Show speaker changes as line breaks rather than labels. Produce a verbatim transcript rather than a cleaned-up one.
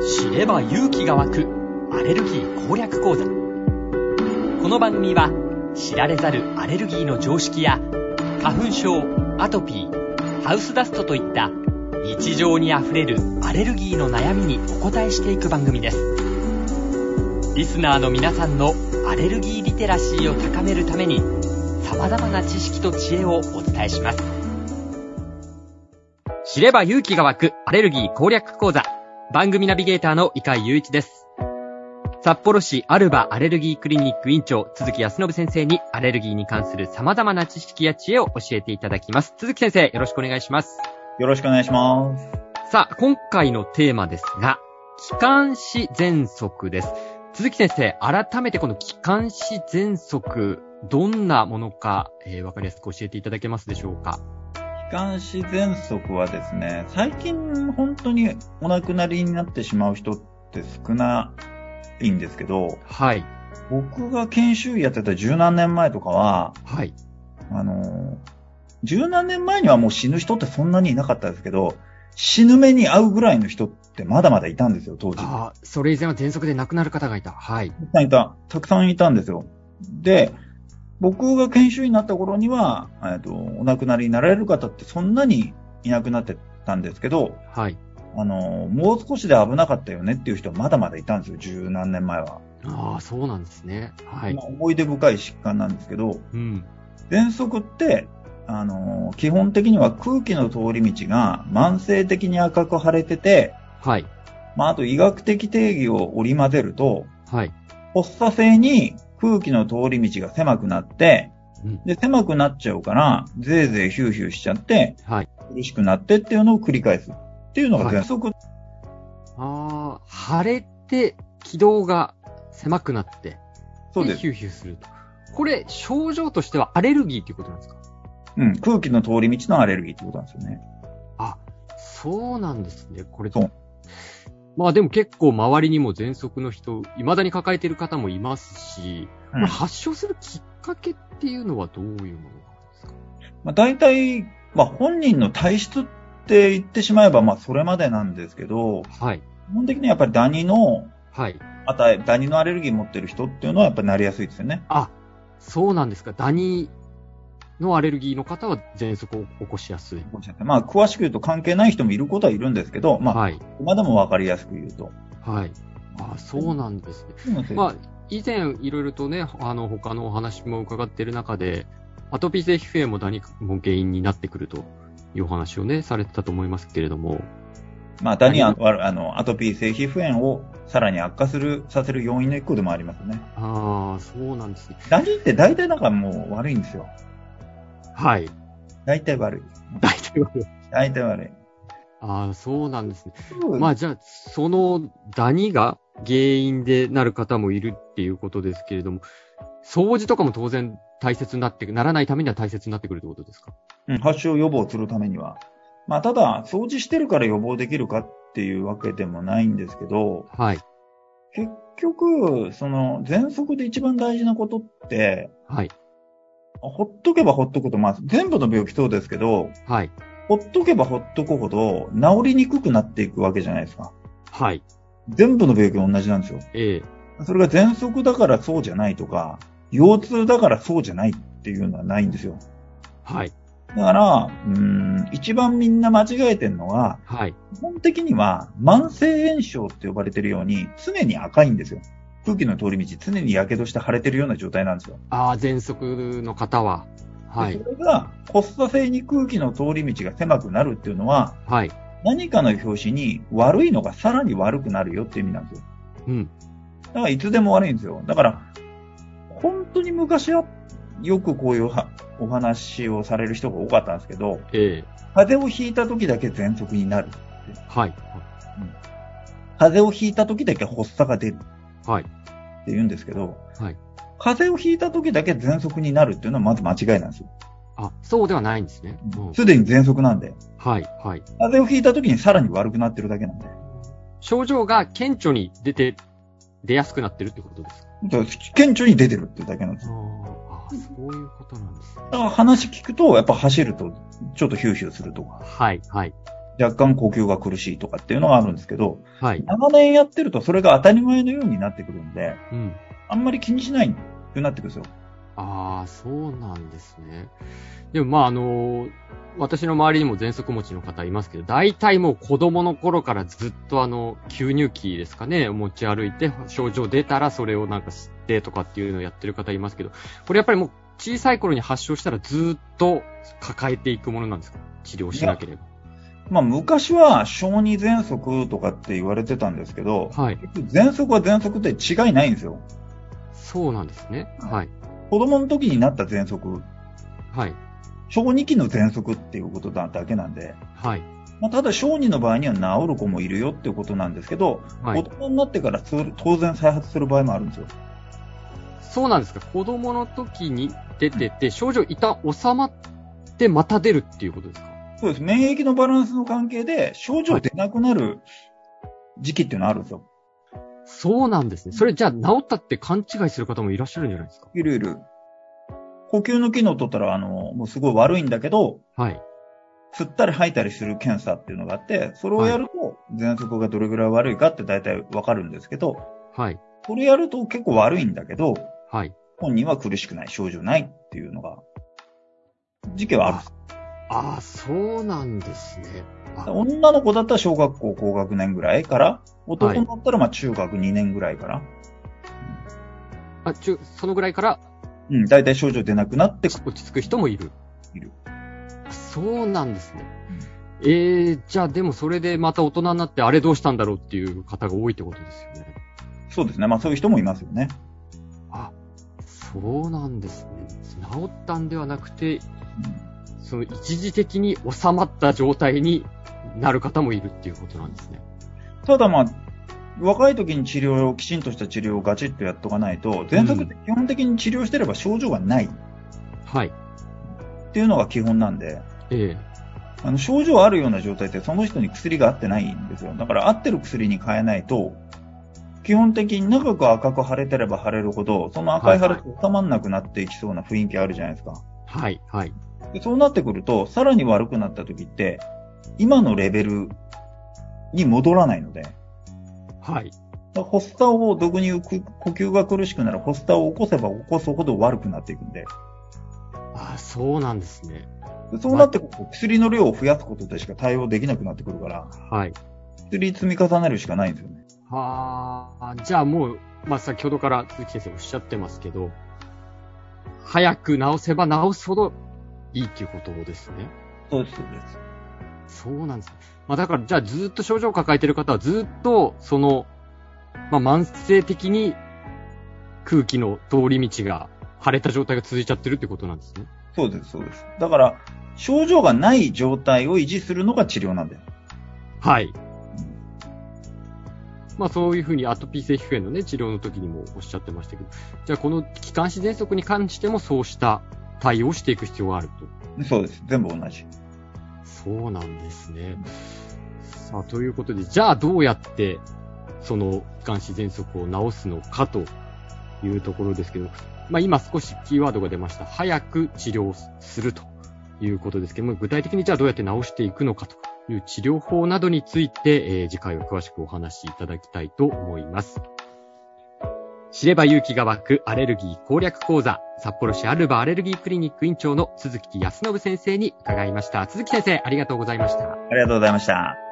知れば勇気が湧くアレルギー攻略講座。この番組は知られざるアレルギーの常識や花粉症、アトピー、ハウスダストといった日常にあふれるアレルギーの悩みにお答えしていく番組です。リスナーの皆さんのアレルギーリテラシーを高めるために様々な知識と知恵をお伝えします。知れば勇気が湧くアレルギー攻略講座、番組ナビゲーターの伊海雄一です。札幌市アルバアレルギークリニック院長鈴木康信先生にアレルギーに関する様々な知識や知恵を教えていただきます。鈴木先生、よろしくお願いします。
よろしくお願いします。
さあ、今回のテーマですが、気管支喘息です。鈴木先生、改めてこの気管支喘息、どんなものか、えー、わかりやすく教えていただけますでしょうか。
気管支喘息はですね、最近本当にお亡くなりになってしまう人って少ないんですけど、
はい。
僕が研修医やってた十何年前とかは、
はい。
あの、十何年前にはもう死ぬ人ってそんなにいなかったですけど、死ぬ目に遭うぐらいの人ってまだまだいたんですよ、当時。
ああ、それ以前は喘息で亡くなる方がいた。はい。
たくさんいた。たくさんいたんですよ。で、僕が研修医になった頃には、えっと、お亡くなりになられる方ってそんなにいなくなってたんですけど、
はい。
あの、もう少しで危なかったよねっていう人はまだまだいたんですよ、十何年前は。
ああ、そうなんですね。はい。
まあ、思い出深い疾患なんですけど、
うん。
喘息って、あの、基本的には空気の通り道が慢性的に赤く腫れてて、
はい。
まあ、あと医学的定義を織り交ぜると、
はい。
発作性に空気の通り道が狭くなって、
うん、
で、狭くなっちゃうから、ぜいぜいヒューヒューしちゃって、
はい。
苦しくなってっていうのを繰り返すっていうのが喘息。はい、
ああ、腫れて気道が狭くなって、
そうです。
ヒューヒューすると。これ、症状としてはアレルギーっていうことなんですか？
うん、空気の通り道のアレルギーってことなんですよね。
あ、そうなんですね。これ。
そう。
まあでも結構周りにも喘息の人、未だに抱えている方もいますし、うん、発症するきっかけっていうのはどういうものなんですか？
まあ大体、まあ本人の体質って言ってしまえばまあそれまでなんですけど、
はい。
基本的にはやっぱりダニの、
はい。
あとダニのアレルギー持ってる人っていうのはやっぱりなりやすいですよね。
あ、そうなんですか。ダニのアレルギーの方は喘息を起こしやすい。
まあ、詳しく言うと関係ない人もいることはいるんですけど、まあ、はい、今でもわかりやすく言うと。
はい。あ、そうなんですね。まあ、以前いろいろとね、あの、他のお話も伺っている中で、アトピー性皮膚炎もダニも原因になってくるというお話をね、されてたと思いますけれども。
まあ、ダニは、あの、アトピー性皮膚炎をさらに悪化する、させる要因の一個でもありますね。
ああ、そうなんですね。
ダニって大体なんかもう悪いんですよ。
はい。
大体悪い。
大体悪い。
大体悪い。
ああ、そうなんですね。まあじゃあ、そのダニが原因でなる方もいるっていうことですけれども、掃除とかも当然大切になってならないためには大切になってくるってことですか？
うん、発症予防するためには。まあただ、掃除してるから予防できるかっていうわけでもないんですけど、
はい。
結局、その、喘息で一番大事なことって、
はい。
ほっとけばほっとくと、まあ、全部の病気そうですけど、
はい。
ほっとけばほっとくほど、治りにくくなっていくわけじゃないですか。
はい。
全部の病気同じなんですよ。
ええ。
それが喘息だからそうじゃないとか、腰痛だからそうじゃないっていうのはないんですよ。
はい。
だから、うーん、一番みんな間違えてるのは、
はい。
基本的には、慢性炎症って呼ばれてるように、常に赤いんですよ。空気の通り道、常に火傷して腫れてるような状態なんですよ。
ああ、喘息の方は。はい。
それが、発作性に空気の通り道が狭くなるっていうのは、
はい。
何かの拍子に悪いのがさらに悪くなるよっていう意味なんですよ。
うん。
だからいつでも悪いんですよ。だから、本当に昔はよくこういうお話をされる人が多かったんですけど、
ええ。
風邪をひいた時だけ喘息になるって。
はい。うん、
風邪をひいた時だけ発作が出る。
はい。
って言うんですけど、
はい。
風邪をひいた時だけ喘息になるっていうのはまず間違いなんですよ。
あ、そうではないんですね。
すで、うん、に喘息なんで。
はい、はい。
風邪をひいた時にさらに悪くなってるだけなんで。
症状が顕著に出て、出やすくなってるってことですか？
顕著に出てるっていうだけなんですよ。
ああ、そういうことなんですね。
だから話聞くと、やっぱ走ると、ちょっとヒューヒューするとか。
はい、はい。
若干呼吸が苦しいとかっていうのがあるんですけど、
はい。
長年やってるとそれが当たり前のようになってくるんで、
うん。
あんまり気にしないようになってくるんですよ。
ああ、そうなんですね。でもまああのー、私の周りにも喘息持ちの方いますけど、大体もう子供の頃からずっとあの、吸入器ですかね、持ち歩いて、症状出たらそれをなんか吸ってとかっていうのをやってる方いますけど、これやっぱりもう小さい頃に発症したらずっと抱えていくものなんですか？治療しなければ。
まあ昔は小児喘息とかって言われてたんですけど、
はい。
喘息は喘息って違いないんですよ。
そうなんですね。はい。
子供の時になった喘息、
はい。
小児期の喘息っていうことだけなんで、
はい。
まあ、ただ小児の場合には治る子もいるよっていうことなんですけど、
はい。
大人になってから当然再発する場合もあるんですよ。
そうなんですか。子供の時に出てて、症状一旦収まってまた出るっていうことですか？
そうです。免疫のバランスの関係で症状出なくなる時期っていうのはあるんですよ。
そうなんですね。それじゃあ治ったって勘違いする方もいらっしゃるんじゃないですか？
いるいる。呼吸の機能を取ったら、あの、もうすごい悪いんだけど、
はい。
吸ったり吐いたりする検査っていうのがあって、それをやると、喘息がどれぐらい悪いかって大体わかるんですけど、
はい。
これやると結構悪いんだけど、
はい。
本人は苦しくない、症状ないっていうのが、時期はあるんです。
ああ、そうなんですね。
女の子だったら小学校高学年ぐらいから、男だったらまあ中学にねんぐらいから。
あ、中、そのぐらいから
うん、だいたい症状出なくなって
落ち着く人もいる。
いる。
そうなんですね。うん、ええー、じゃあでもそれでまた大人になってあれどうしたんだろうっていう方が多いってことですよね。
そうですね。まあそういう人もいますよね。
あ、そうなんですね。治ったんではなくて、うん、その一時的に収まった状態になる方もいるっていうことなんですね。
ただまあ、若い時に治療を、きちんとした治療をガチッとやっとかないと、喘息って基本的に治療してれば症状がない。うん、
はい。
っていうのが基本なんで、
ええ。
あの症状あるような状態ってその人に薬が合ってないんですよ。だから合ってる薬に変えないと、基本的に長く赤く腫れてれば腫れるほど、その赤い腫れって収まんなくなっていきそうな雰囲気あるじゃないですか。
はい、はい。
でそうなってくると、さらに悪くなった時って、今のレベルに戻らないので、
はい。
発作を毒に呼吸が苦しくなる発作を起こせば起こすほど悪くなっていくんで。
ああ、そうなんですね。
そうなってくると薬の量を増やすことでしか対応できなくなってくるから、
はい。
薬積み重ねるしかないんですよね。
はあ、じゃあもう、まあ、先ほどから鈴木先生おっしゃってますけど、早く治せば治すほどいいっていうことですね。
そうです、そうです。
そうなんですね。まあだから、じゃあずっと症状を抱えている方はずっと、その、まあ慢性的に空気の通り道が腫れた状態が続いちゃってるってことなんですね。
そうです、そうです。だから、症状がない状態を維持するのが治療なんだよ。
はい。まあそういうふうにアトピー性皮膚炎のね、治療の時にもおっしゃってましたけど、じゃあこの気管支喘息に関してもそうした対応をしていく必要があると。
そうです。全部同じ。
そうなんですね。さあ、ということで、じゃあどうやって、その気管支喘息を治すのかというところですけど、まあ今少しキーワードが出ました。早く治療するということですけども、具体的にじゃあどうやって治していくのかという治療法などについて、えー、次回は詳しくお話しいただきたいと思います。知れば勇気が湧くアレルギー攻略講座、札幌市アルバアレルギークリニック院長の鈴木康信先生に伺いました。鈴木先生、ありがとうございました。
ありがとうございました。